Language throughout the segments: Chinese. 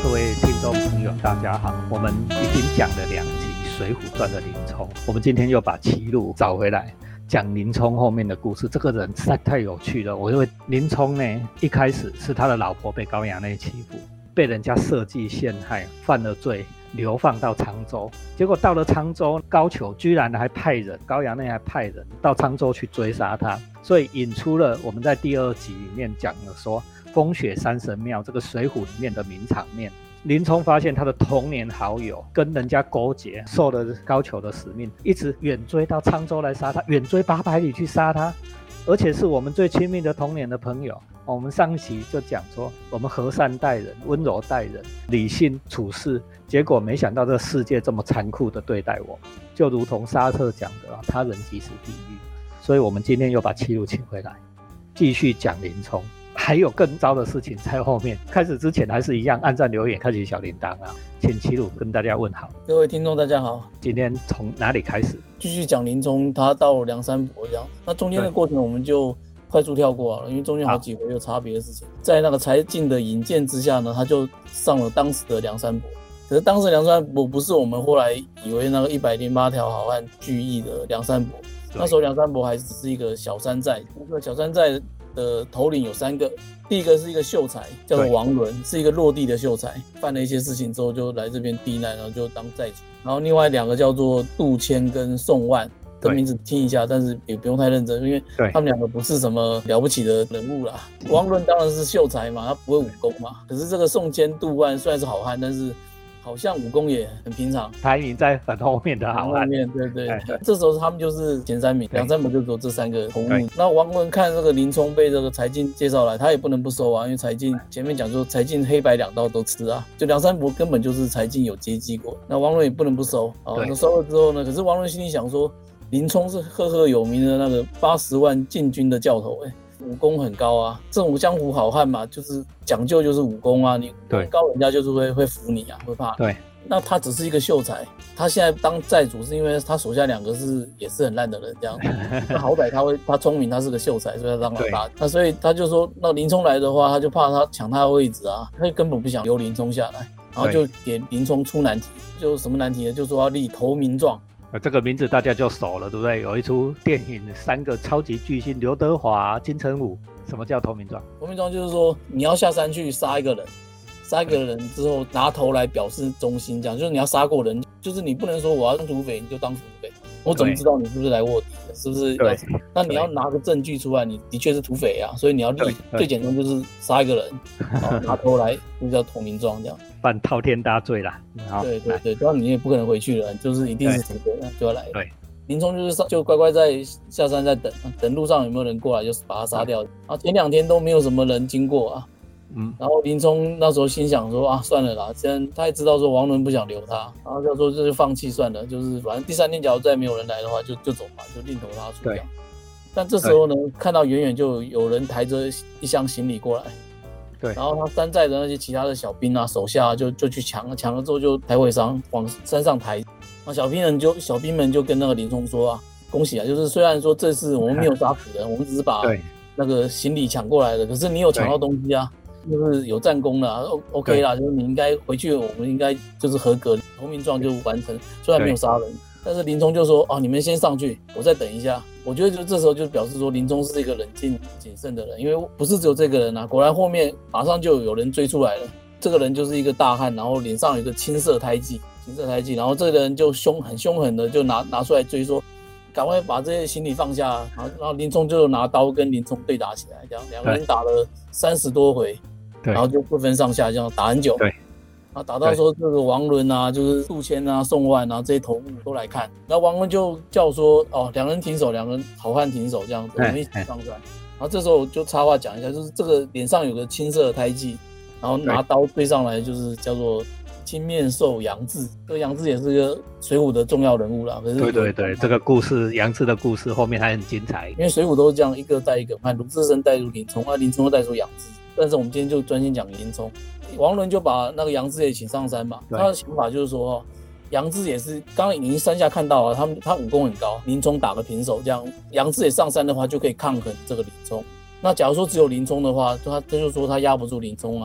各位听众朋友大家好，我们已经讲了2集水浒传的林冲，我们今天又把齐鲁找回来讲林冲后面的故事。这个人实在太有趣了。我认为林冲呢，一开始是他的老婆被高衙内欺负，被人家设计陷害，犯了罪，流放到沧州。结果到了沧州，高俅居然还派人，高衙内还派人到沧州去追杀他，所以引出了我们在第2集里面讲的说风雪山神庙这个水浒里面的名场面。林冲发现他的童年好友跟人家勾结，受了高俅的使命，一直远追到沧州来杀他，远追800里去杀他，而且是我们最亲密的童年的朋友。我们上期就讲说，我们和善待人，温柔待人，理性处事，结果没想到这个世界这么残酷的对待我，就如同沙特讲的他人即是地狱。所以我们今天又把齐鲁请回来，继续讲林冲。还有更糟的事情在后面，开始之前还是一样按赞留言开启小铃铛请齐鲁跟大家问好。 各位听众大家好， 今天从哪里开始？ 继续讲林冲他到梁山伯这样，那中间的过程我们就快速跳过了，因为中间好几回有差别的事情。在那个柴进的引荐之下呢，他就上了当时的梁山伯。可是当时梁山伯不是我们后来以为那个108条好汉聚义的梁山伯，那时候梁山伯还只是一个小山寨。那个小山寨的头领有3个，第一个是一个秀才，叫做王伦，是一个落地的秀才，犯了一些事情之后就来这边避难，然后就当寨主。然后另外2个叫做杜迁跟宋万，这名字听一下，但是也不用太认真，因为他们2个不是什么了不起的人物啦。王伦当然是秀才嘛，他不会武功嘛。可是这个宋迁、杜万虽然是好汉，但是好像武功也很平常， 排名在很后面的好汉。 对，这时候他们就是前3名，梁山伯就只有这3个头目。那王伦看这个林冲被这个柴进介绍来，他也不能不收啊，因为柴进前面讲说柴进黑白2道都吃啊，就梁山伯根本就是柴进有接济过，那王伦也不能不收。那收了之后呢，可是王伦心里想说，林冲是赫赫有名的那个80万禁军的教头武功很高啊，这种江湖好汉嘛，就是讲究就是武功啊，你武功高人家就是会服你啊，会怕。对，那他只是一个秀才，他现在当寨主是因为他手下2个也是很烂的人这样。那好歹他聪明，他是个秀才，所以他当老大。那所以他就说，那林冲来的话，他就怕他抢他的位置啊，他根本不想留林冲下来，然后就给林冲出难题，就什么难题呢？就说要立投名状。 这个名字大家就熟了，对不对？有一出电影，3个超级巨星刘德华、金城武。什么叫投名状？ 投名状就是说你要下山去杀一个人，杀一个人之后拿头来表示忠心，这样就是你要杀过人，就是你不能说我要当土匪你就当土匪，我怎么知道你是不是来卧底的，是不是？那你要拿个证据出来，你的确是土匪啊，所以你要立，最简单就是杀一个人，然后拿头来，就叫投名状这样。 犯滔天大罪啦。 对，不然你也不可能回去了，就是一定是土匪就要来。对。林冲就乖乖在下山在等路上有没有人过来，就是把他杀掉。然后前2天都没有什么人经过啊。然后林冲那时候心想说算了啦，既然他也知道说王伦不想留他，然后就说这就放弃算了，就是反正第3天假如再没有人来的话就走吧，就另投他出这样。但这时候呢，看到远远就有人抬着一箱行李过来。对，然后他山寨的那些其他的小兵啊手下就去抢了之后就抬尾伤往山上抬。小兵们就跟那个林冲说恭喜啊，就是虽然说这次我们没有杀死人，我们只是把那个行李抢过来了，可是你有抢到东西啊，就是有战功了，OK 啦，就是你应该回去，我们应该就是合格，投名状就完成，虽然没有杀人，但是林冲就说你们先上去，我再等一下。我觉得就这时候就表示说林冲是一个冷静谨慎的人，因为不是只有这个人啊，果然后面马上就有人追出来了，这个人就是一个大汉，然后脸上有一个青色胎记，然后这个人就很凶狠的就拿出来追说，赶快把这些行李放下，然后林冲就拿刀跟林冲对打起来，这样2个人打了30多回，然后就不分上下，这样打很久。打到说这个王伦啊，就是杜迁啊、宋万啊这些头目都来看，然后王伦就叫说2人停手，2人好汉停手这样子，我们一起上山。然后这时候就插话讲一下，就是这个脸上有个青色的胎记，然后拿刀对上来，就是叫做青面兽杨志。这个杨志也是个水浒的重要人物啦。可是对，这个故事杨志的故事后面还很精彩， 因为水浒都是这样一个带一个，看鲁智深带入林冲，林冲又带出杨志。但是我们今天就专心讲林冲。王伦就把那个杨志也请上山嘛，他的想法就是说杨志也是刚刚已经山下看到了，他武功很高，林冲打个平手，这样杨志也上山的话就可以抗衡这个林冲。那假如说只有林冲的话，他就说他压不住林冲啊。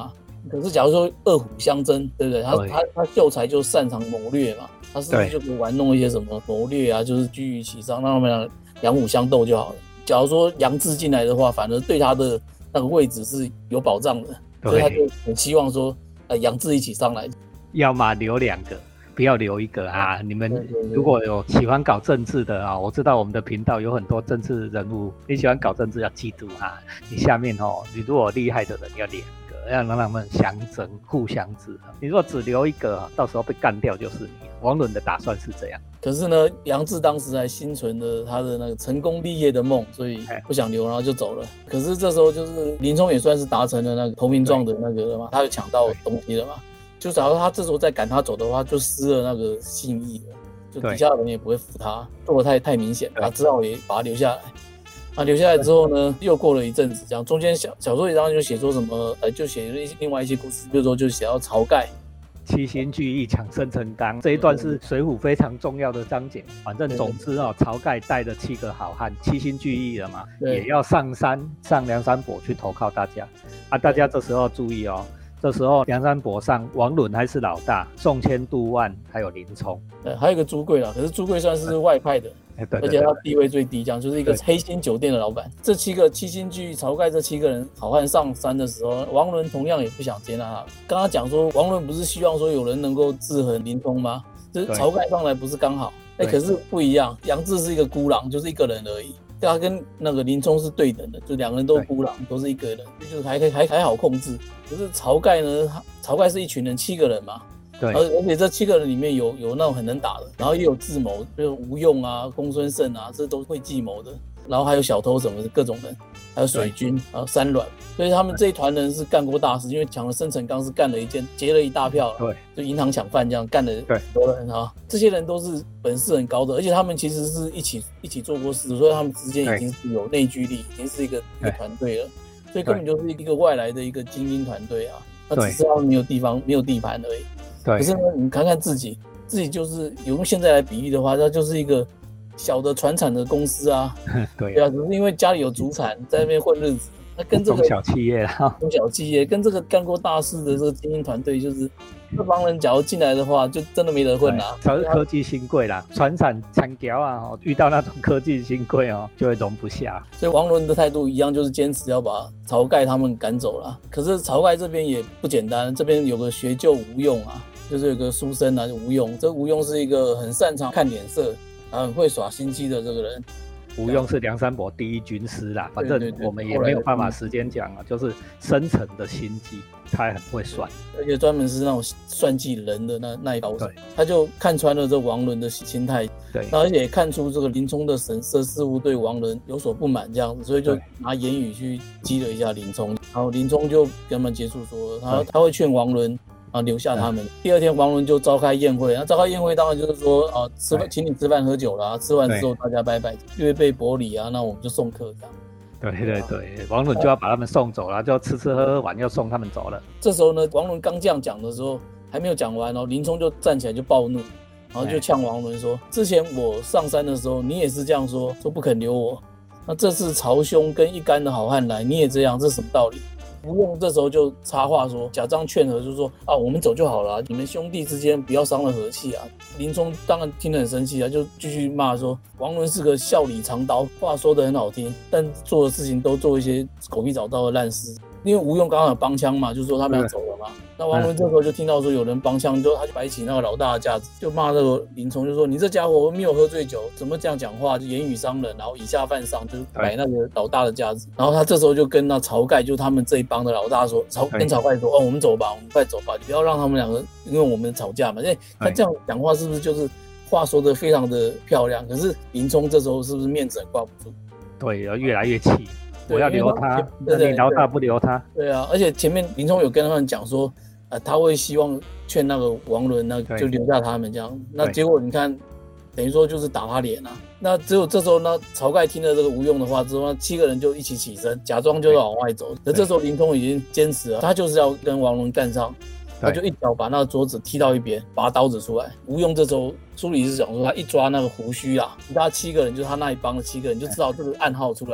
可是假如说二虎相争，对不对？他秀才就擅长谋略嘛，他是不是就可以玩弄一些什么谋略啊？就是居于其上，让他们两虎相斗就好了。假如说杨志进来的话，反而对他的那个位置是有保障的，所以他就很希望说，杨志一起上来， 要么留2个。不要留1个啊！你们如果有喜欢搞政治的啊，我知道我们的频道有很多政治人物，你喜欢搞政治要记住啊，你下面你如果厉害的人要2个，要让他们相争，互相制衡。你如果只留1个，到时候被干掉就是你。王伦的打算是这样。 可是呢，杨志当时还心存着他的那个成功立业的梦，所以不想留，然后就走了。可是这时候就是林冲也算是达成了那个投名状的那个了嘛，他就抢到东西了嘛。就假如他这时候再赶他走的话，就失了那个信义了，就底下的人也不会服他，做得太明显，他只好也把他留下来。留下来之后呢，又过了一阵子，这样中间小说里当然就写说什么，就写另外一些故事，比如说就写到晁盖七星聚义抢生辰纲，这一段是水浒非常重要的章节。反正总之晁盖带着7个好汉七星聚义了嘛，也要上山上梁山泊去投靠大家大家这时候注意这时候梁山泊上王伦还是老大，宋谦、杜万还有林冲， 还有一个朱贵啦，可是朱贵算是外派的，而且他地位最低，这样就是一个黑心酒店的老板。这7个七星聚义晁盖这7个人好汉上山的时候，王伦同样也不想接纳他。刚刚讲说王伦不是希望说有人能够制衡林冲吗？就是晁盖上来不是刚好，可是不一样，杨志是一个孤狼，就是一个人而已。他跟那个林冲是对等的，就2个人都孤狼，都是一个人，就是还好控制。可是晁盖呢？晁盖是一群人，7个人嘛， 对， 而且这7个人里面有那种很能打的，然后也有智谋，比如吴用啊、公孙胜啊，这都会计谋的。然后还有小偷什么的各种人，还有水军，还有三阮，所以他们这一团人是干过大事，因为抢了生辰纲是干了一件，劫了一大票， 对， 就银行抢犯这样干了很多人啊，这些人都是本事很高的，而且他们其实是一起做过事，所以他们之间已经是有内聚力，已经是一个团队了，所以根本就是一个外来的一个精英团队啊，那只是他们没有地方没有地盘而已。对，可是呢，你看看自己就是用现在来比喻的话，它就是一个小的传产的公司啊，对啊，只是因为家里有祖产在那边混日子，那跟这个中小企业啦， 中小企业跟这个干过大事的这个精英团队，就是这帮人假如进来的话，就真的没得混啦。 科技新贵啦，传产产条啊，遇到那种科技新贵就会容不下。 所以王伦的态度一样，就是坚持要把晁盖他们赶走了。可是晁盖这边也不简单，这边有个学究吴用啊，就是有个书生啊，吴用。这吴用是一个很擅长看脸色，很会耍心机的这个人。 吴用是梁山泊第一军师啦，反正我们也没有办法时间讲啊，就是深层的心机，他很会算， 而且专门是那种算计人的那一高手，他就看穿了这王伦的心态，对，而且也看出这个林冲的神色似乎对王伦有所不满这样子，所以就拿言语去激了一下林冲，然后林冲就跟他们结束说，他会劝王伦。留下他们。第二天，王伦就召开宴会。那召开宴会当然就是说，请你吃饭喝酒啦。吃完之后大家拜拜，略备薄礼啊，那我们就送客这样。 对，王伦就要把他们送走了，就吃喝完要送他们走了。 这时候呢，王伦刚这样讲的时候，还没有讲完林冲就站起来就暴怒，然后就呛王伦说：“之前我上山的时候，你也是这样说不肯留我。那这次曹兄跟一干的好汉来，你也这样，这是什么道理？”吴用这时候就插话说，假装劝和，就说我们走就好了，你们兄弟之间不要伤了和气啊。林冲当然听得很生气啊，就继续骂说王伦是个笑里藏刀，话说得很好听，但做的事情都做一些狗屁倒灶的烂事。因为吴用刚好有帮腔嘛，就说他们要走了嘛。那王伦这时候就听到说有人帮腔，他就摆起那个老大的架子，就骂这个林冲，就说你这家伙没有喝醉酒，怎么这样讲话，就言语伤人，然后以下犯上，就摆那个老大的架子。然后他这时候就跟那晁盖，就他们这一帮的老大说，跟晁盖说，我们走吧，我们快走吧，你不要让他们两个因为我们吵架嘛。他这样讲话是不是就是话说得非常的漂亮？可是林冲这时候是不是面子很挂不住？ 对，越来越气。我要留他，你老大不留他。 对啊，而且前面林冲有跟他们讲说，他会希望劝那个王伦，那就留下他们这样。那结果你看，等于说就是打他脸啊。那只有这时候呢，晁盖听了这个吴用的话之后，7个人就一起起身，假装就要往外走。可这时候林冲已经坚持了，他就是要跟王伦干上，他就一脚把那个桌子踢到一边，拔刀子出来。吴用这时候书里是讲说，他一抓那个胡须啊，其他7个人就是他那一帮的7个人，就知道这个暗号出来了。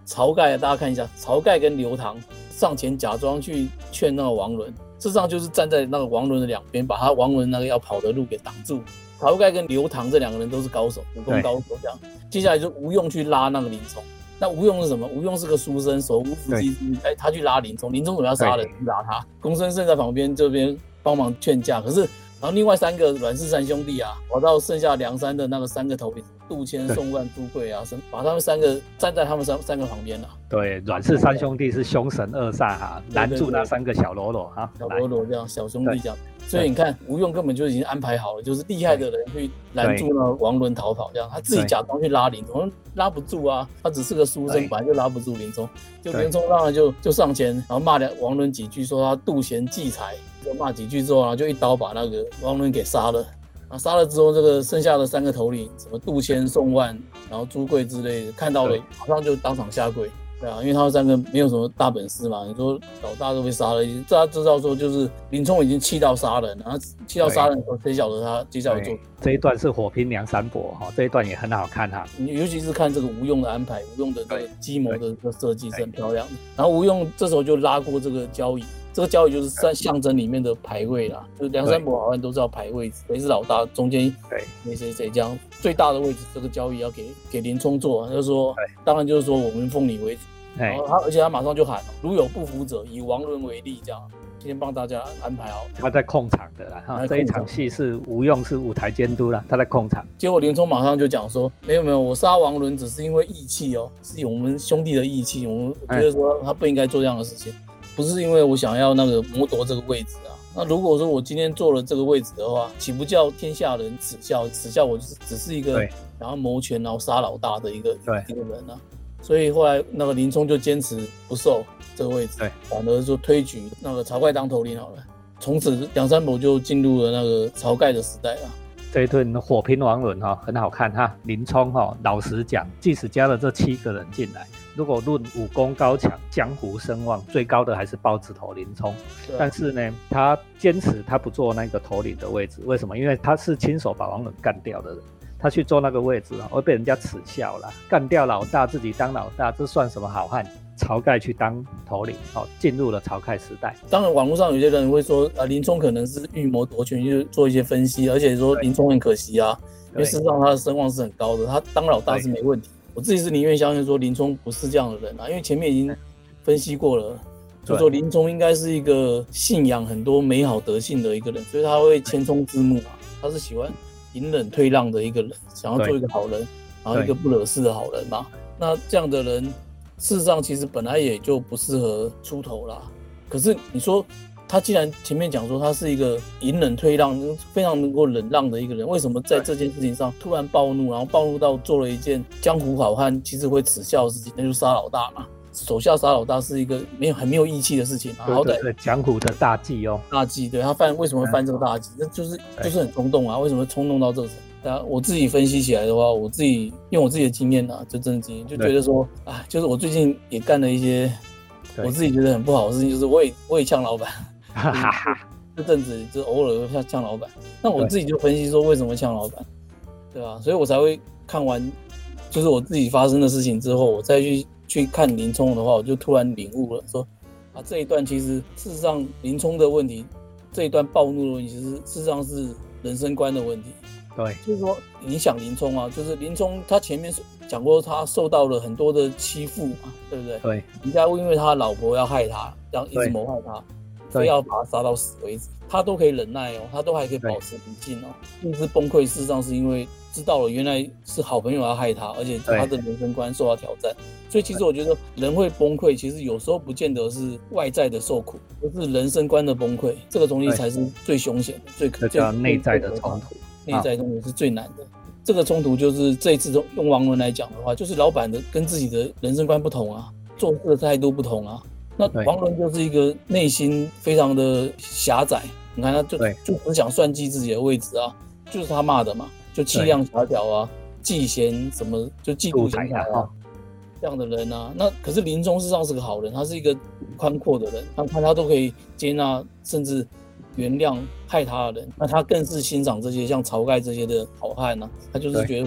晁盖，大家看一下，晁盖跟刘唐上前假装去劝那个王伦，事实上就是站在那个王伦的两边，把他王伦那个要跑的路给挡住。晁盖跟刘唐这两个人都是高手，武功高手这样。接下来就吴用去拉那个林冲。那吴用是什么？吴用是个书生，手无缚鸡之力，他去拉林冲，林冲怎么要杀人？去拉他。公孙胜在旁边这边帮忙劝架，可是然后另外3个阮氏三兄弟啊，跑到剩下梁山的那个3个头领，杜迁、宋万、朱贵啊，把他们3个站在他们三个旁边了。 对，阮氏三兄弟是凶神恶煞哈，拦住那3个小喽啰哈， 小喽啰这样，小兄弟这样。所以你看，吴用根本就已经安排好了，就是厉害的人去拦住那王伦逃跑，这样他自己假装去拉林冲，拉不住啊，他只是个书生，本来就拉不住林冲，就林冲当然就上前，然后骂王伦几句，说他妒贤忌才，就骂几句之后，然后就一刀把那个王伦给杀了。然后杀了之后，这个剩下的3个头领，什么杜迁、宋万，然后朱贵之类的，看到了马上就当场下跪。对啊，因为他们3个没有什么大本事嘛，你说老大都被杀了，大家知道说就是林冲已经气到杀人，然后气到杀人的时候，谁晓得他接下来做？ 这一段是火拼梁山伯哈，这一段也很好看哈。 尤其是看这个吴用的安排，吴用的这个计谋的这个设计是很漂亮的。然后吴用这时候就拉过这个交椅，这个交椅就是象征里面的牌位啦，就是梁山伯好像都是要排位置，谁是老大，中间谁这样，最大的位置这个交椅要给林冲坐，就是说，当然就是说我们奉你为主。然后而且他马上就喊，如有不服者，以王伦为例，这样。今天帮大家安排好， 他在控场的啦，这一场戏是吴用是舞台监督啦，他在控场。 结果林冲马上就讲说，没有，我杀王伦只是因为义气哦，是我们兄弟的义气，我们觉得说他不应该做这样的事情，不是因为我想要那个谋夺这个位置啊。那如果说我今天做了这个位置的话，岂不叫天下人耻笑？耻笑我只是一个想要谋权然后杀老大的一个人啊。所以后来那个林冲就坚持不受这个位置，反而就推举那个晁盖当头领好了。从此梁山伯就进入了那个晁盖的时代了。 这一顿火拼王伦很好看哈。林冲老实讲，即使加了这7个人进来，如果论武功高强、江湖声望，最高的还是豹子头林冲。但是呢，他坚持他不做那个头领的位置，为什么？因为他是亲手把王伦干掉的人。他去坐那个位置会被人家耻笑啦，干掉老大自己当老大，这算什么好汉？晁盖去当头领，进入了晁盖时代。当然网络上有些人会说林冲可能是预谋夺权，就做一些分析，而且说林冲很可惜啊，因为事实上他的声望是很高的，他当老大是没问题。我自己是宁愿相信说林冲不是这样的人啊，因为前面已经分析过了，就说林冲应该是一个信仰很多美好德性的一个人，所以他会谦冲之目嘛，他是喜欢隐忍退让的一个人，想要做一个好人，然后一个不惹事的好人嘛。那这样的人，事实上其实本来也就不适合出头啦。可是你说他既然前面讲说他是一个隐忍退让、非常能够忍让的一个人，为什么在这件事情上突然暴怒，然后暴怒到做了一件江湖好汉其实会耻笑的事情，那就是杀老大嘛。手下杀老大是一个很没有义气的事情，好歹江湖的大忌哦， 大忌。对，他为什么会犯这个大忌？那就是很冲动啊！为什么冲动到这个程度？我自己分析起来的话，我自己用我自己的经验啊，就真的经验，就觉得说就是我最近也干了一些我自己觉得很不好的事情，就是我也呛老板，这阵子就偶尔会呛老板。那我自己就分析说为什么呛老板，对吧？所以我才会看完就是我自己发生的事情之后，我再去看林冲的话，我就突然领悟了，说这一段其实事实上林冲的问题，这一段暴怒的问题，其实事实上是人生观的问题。 对， 就是说影响林冲啊，就是林冲他前面讲过，他受到了很多的欺负嘛，对不对？ 对， 人家因为他老婆要害他，这样一直谋害他，非要把他杀到死为止，他都可以忍耐哦，他都还可以保持理性哦。甚至崩溃，事实上是因为知道了原来是好朋友要害他，而且他的人生观受到挑战。所以其实我觉得人会崩溃，其实有时候不见得是外在的受苦，而是人生观的崩溃，这个东西才是最凶险的， 这叫内在的冲突。 内在冲突是最难的。这个冲突就是这一次用王伦来讲的话，就是老板的跟自己的人生观不同啊，做事的态度不同啊。那王伦就是一个内心非常的狭窄，你看他就只想算计自己的位置啊，就是他骂的嘛，就气量狭小啊，嫉贤什么就嫉妒贤才啊，这样的人啊。那可是林冲事实上是个好人，他是一个宽阔的人，他都可以接纳甚至原谅害他的人，那他更是欣赏这些像晁盖这些的好汉啊。他就是觉得说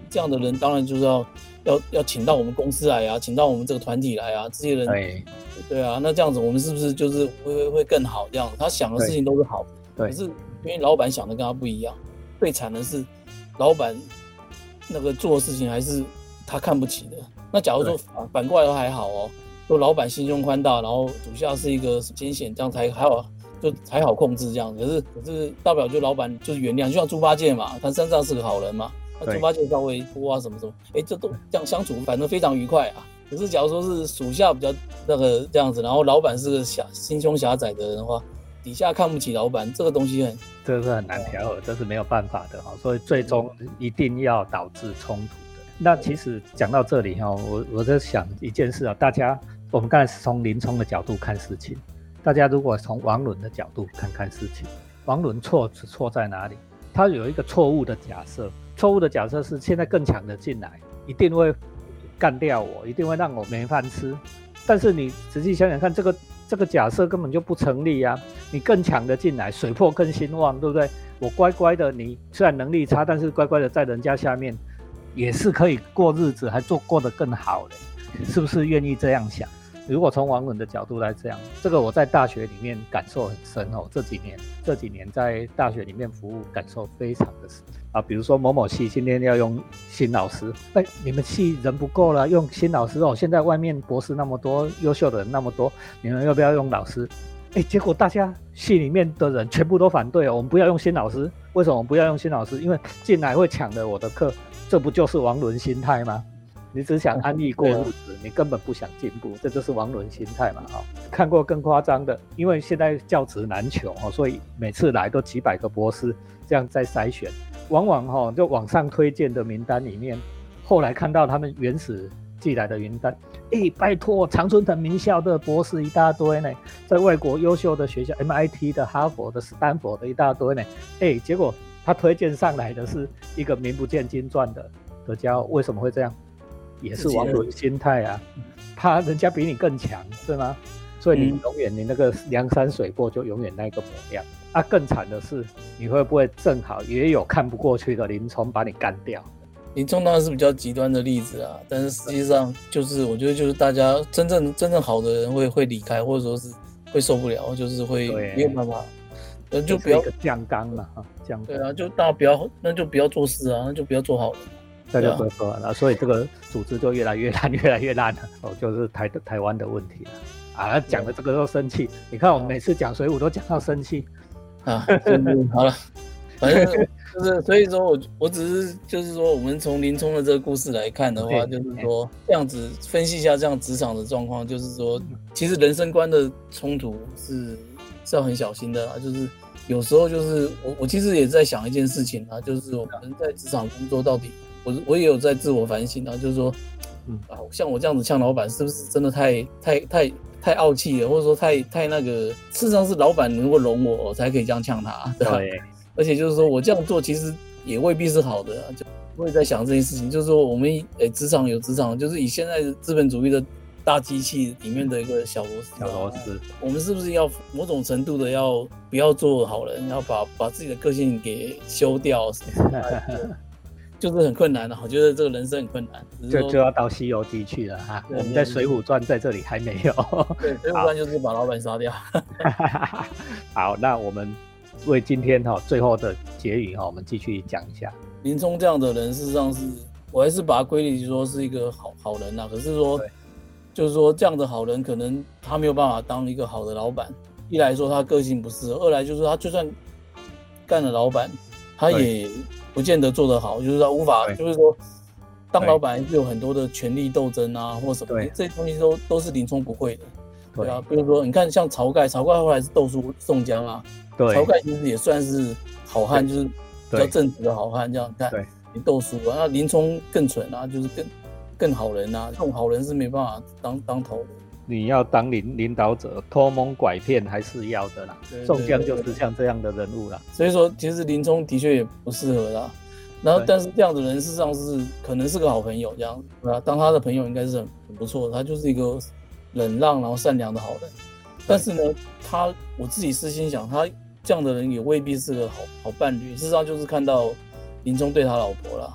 这样的人当然就是要请到我们公司来啊，请到我们这个团体来啊，这些人对啊，那这样子我们是不是就是会更好这样？他想的事情都是好的，可是因为老板想的跟他不一样，最惨的是老板那个做的事情还是他看不起的。那假如说反过来都还好哦，说老板心胸宽大，然后属下是一个奸险，这样才好控制这样。可是大不了就老板就是原谅，就像猪八戒嘛，他身上是个好人嘛，那猪八戒稍微拖啊什么，这都这样相处，反正非常愉快啊。可是假如说是属下比较那个这样子，然后老板是个心胸狭窄的人的话，底下看不起老板，这个东西这是很难调和，这是没有办法的，所以最终一定要导致冲突的。那其实讲到这里我在想一件事啊，我们刚才是从林冲的角度看事情，大家如果从王伦的角度看事情，王伦错在哪里？他有一个错误的假设，是现在更强的进来一定会干掉我，一定会让我没饭吃。但是你仔细想想看，这个假设根本就不成立啊！你更强的进来，水破更兴旺，对不对？我乖乖的，你虽然能力差，但是乖乖的在人家下面也是可以过日子，还过得更好的，是不是愿意这样想？如果从王伦的角度来讲，这个我在大学里面感受很深这几年在大学里面服务，感受非常的深啊。比如说某某系今天要用新老师，你们系人不够了，用新老师现在外面博士那么多，优秀的人那么多，你们要不要用老师？结果大家系里面的人全部都反对我们不要用新老师。为什么我们不要用新老师？因为进来会抢了我的课，这不就是王伦心态吗？你只想安逸过日子，你根本不想进步，这就是王伦心态嘛。看过更夸张的，因为现在教职难求所以每次来都几百个博士这样在筛选，往往就网上推荐的名单里面，后来看到他们原始寄来的名单，拜托，常春藤名校的博士一大堆呢，在外国优秀的学校 MIT 的、哈佛的、斯坦福的一大堆呢，结果他推荐上来的是一个名不见经传的家伙，为什么会这样？也是王伦心态啊，怕人家比你更强，对吗？所以你永远你那个梁山水泊就永远那个模样啊。更惨的是，你会不会正好也有看不过去的林冲把你干掉？ 林冲当然是比较极端的例子啊，但是实际上就是我觉得就是大家真正好的人会离开，或者说是会受不了，就是会没有办法，就不要一个酱缸嘛，酱缸。 对啊，就大家不要，那就不要做事啊，那就不要做好人。 这就不会做了，所以这个组织就越来越烂，越来越烂了。就是台湾的问题了啊！讲的这个都生气，你看我们每次讲水浒都讲到生气啊。好了，反正就是，所以说我只是就是说，我们从林冲的这个故事来看的话，就是说这样子分析一下这样职场的状况，就是说，其实人生观的冲突是要很小心的啦。就是有时候就是我其实也在想一件事情啊，就是我们在职场工作到底。我也有在自我反省啊，就是说，像我这样子呛老板，是不是真的太傲气了，或者说太那个？事实上是老板能够容我才可以这样呛他，对吧？而且就是说我这样做其实也未必是好的就我也在想这件事情，就是说我们职场有职场，就是以现在资本主义的大机器里面的一个小螺丝，我们是不是要某种程度的要不要做好人，要把自己的个性给修掉？就是很困难的，我觉得这个人生很困难， 就要到《西游记》去了哈。我们在《水浒传》在这里还没有。 对，《水浒传》就是把老板杀掉。 好，那我们为今天最后的结语我们继续讲一下。 林冲这样的人，事实上是我还是把他归类说是一个好人可是说，就是说这样的好人，可能他没有办法当一个好的老板。一来说他个性不适合，二来就是他就算干了老板，他也不见得做得好，就是他无法，就是说，当老板是有很多的权力斗争啊，或什么，这些东西都是林冲不会的，对啊。比如说，你看像晁盖后来是斗输宋江啊，晁盖其实也算是好汉，就是比较正直的好汉，这样看，你斗输啊，那林冲更蠢啊，就是更好人啊，这种好人是没办法当头的。你要当领导者，偷蒙拐骗还是要的啦。宋江就是像这样的人物啦。所以说，其实林冲的确也不适合啦。然后，但是这样的人事实上是可能是个好朋友，这样对吧？当他的朋友应该是很不错的。他就是一个忍让然后善良的好人。但是呢，我自己私心想，他这样的人也未必是个好伴侣。事实上就是看到林冲对他老婆啦，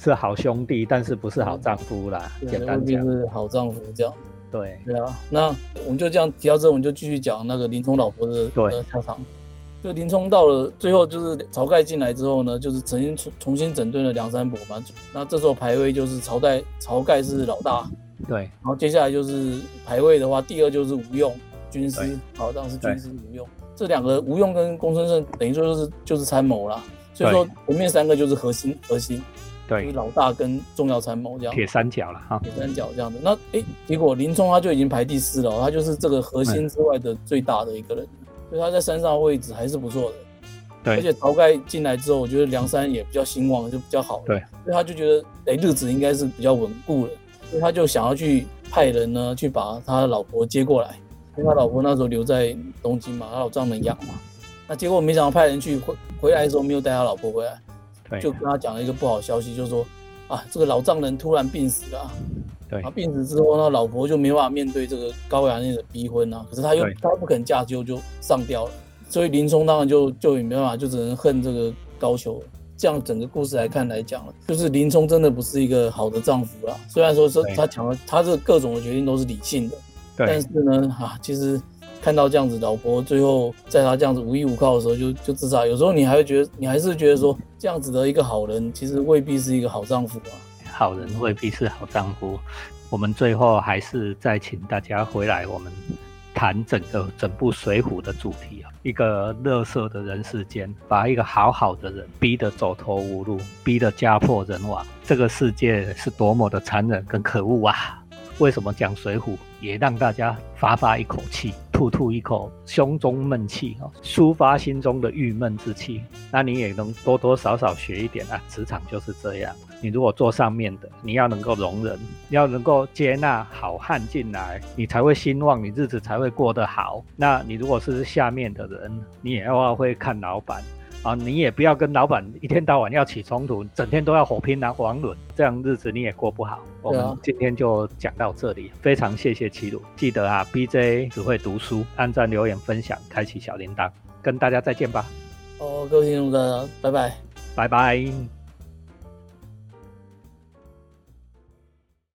是好兄弟，但是不是好丈夫啦。简单讲是好丈夫这样。 对啊，那我们就这样提到这，我们就继续讲那个林冲老婆的下场。就林冲到了最后，就是晁盖进来之后呢，就是重新整顿了梁山泊嘛。那这时候排位就是晁盖是老大， 对。 然后接下来就是排位的话，第二就是吴用军师，好，当时军师吴用。这两个吴用跟公孙胜等于说就是参谋啦。所以说前面三个就是核心，对，就是老大跟重要参谋这样， 铁三角了哈， 铁三角这样的。那结果林冲他就已经排第4了，他就是这个核心之外的最大的一个人。所以他在山上的位置还是不错的， 对。 而且晁盖进来之后，我觉得梁山也比较兴旺，就比较好， 对。 所以他就觉得，日子应该是比较稳固了，所以他就想要去派人呢，去把他的老婆接过来，因为他老婆那时候留在东京嘛，他老丈人养嘛。那结果没想到派人去回来的时候没有带他老婆回来，就跟他讲了一个不好消息，就是说这个老丈人突然病死了。对，病死之后呢，老婆就没办法面对这个高衙内的逼婚啊，可是他不肯嫁，就上吊了，所以林冲当然就也没办法，就只能恨这个高俅。这样整个故事来讲，就是林冲真的不是一个好的丈夫啦。虽然说他这各种的决定都是理性的，但是呢，其实看到这样子，老婆最后在他这样子无依无靠的时候就自杀，有时候你还是觉得说，这样子的一个好人，其实未必是一个好丈夫啊。 好人未必是好丈夫。我们最后还是再请大家回来，我们谈整部水浒的主题啊，一个垃圾的人世间，把一个好的人逼得走投无路，逼得家破人亡，这个世界是多么的残忍跟可恶啊！为什么讲水浒，也让大家发一口气，吐一口胸中闷气，抒发心中的郁闷之气。那你也能多多少少学一点啊，职场就是这样。你如果做上面的，你要能够容忍，要能够接纳好汉进来，你才会兴旺，你日子才会过得好。那你如果是下面的人，你也要会看老板你也不要跟老板一天到晚要起冲突，整天都要火拼黄轮，这样日子你也过不好。我们今天就讲到这里，非常谢谢齐鲁。记得BJ 只会读书，按赞、留言、分享，开启小铃铛，跟大家再见吧。 各位听众大家拜拜， 拜拜。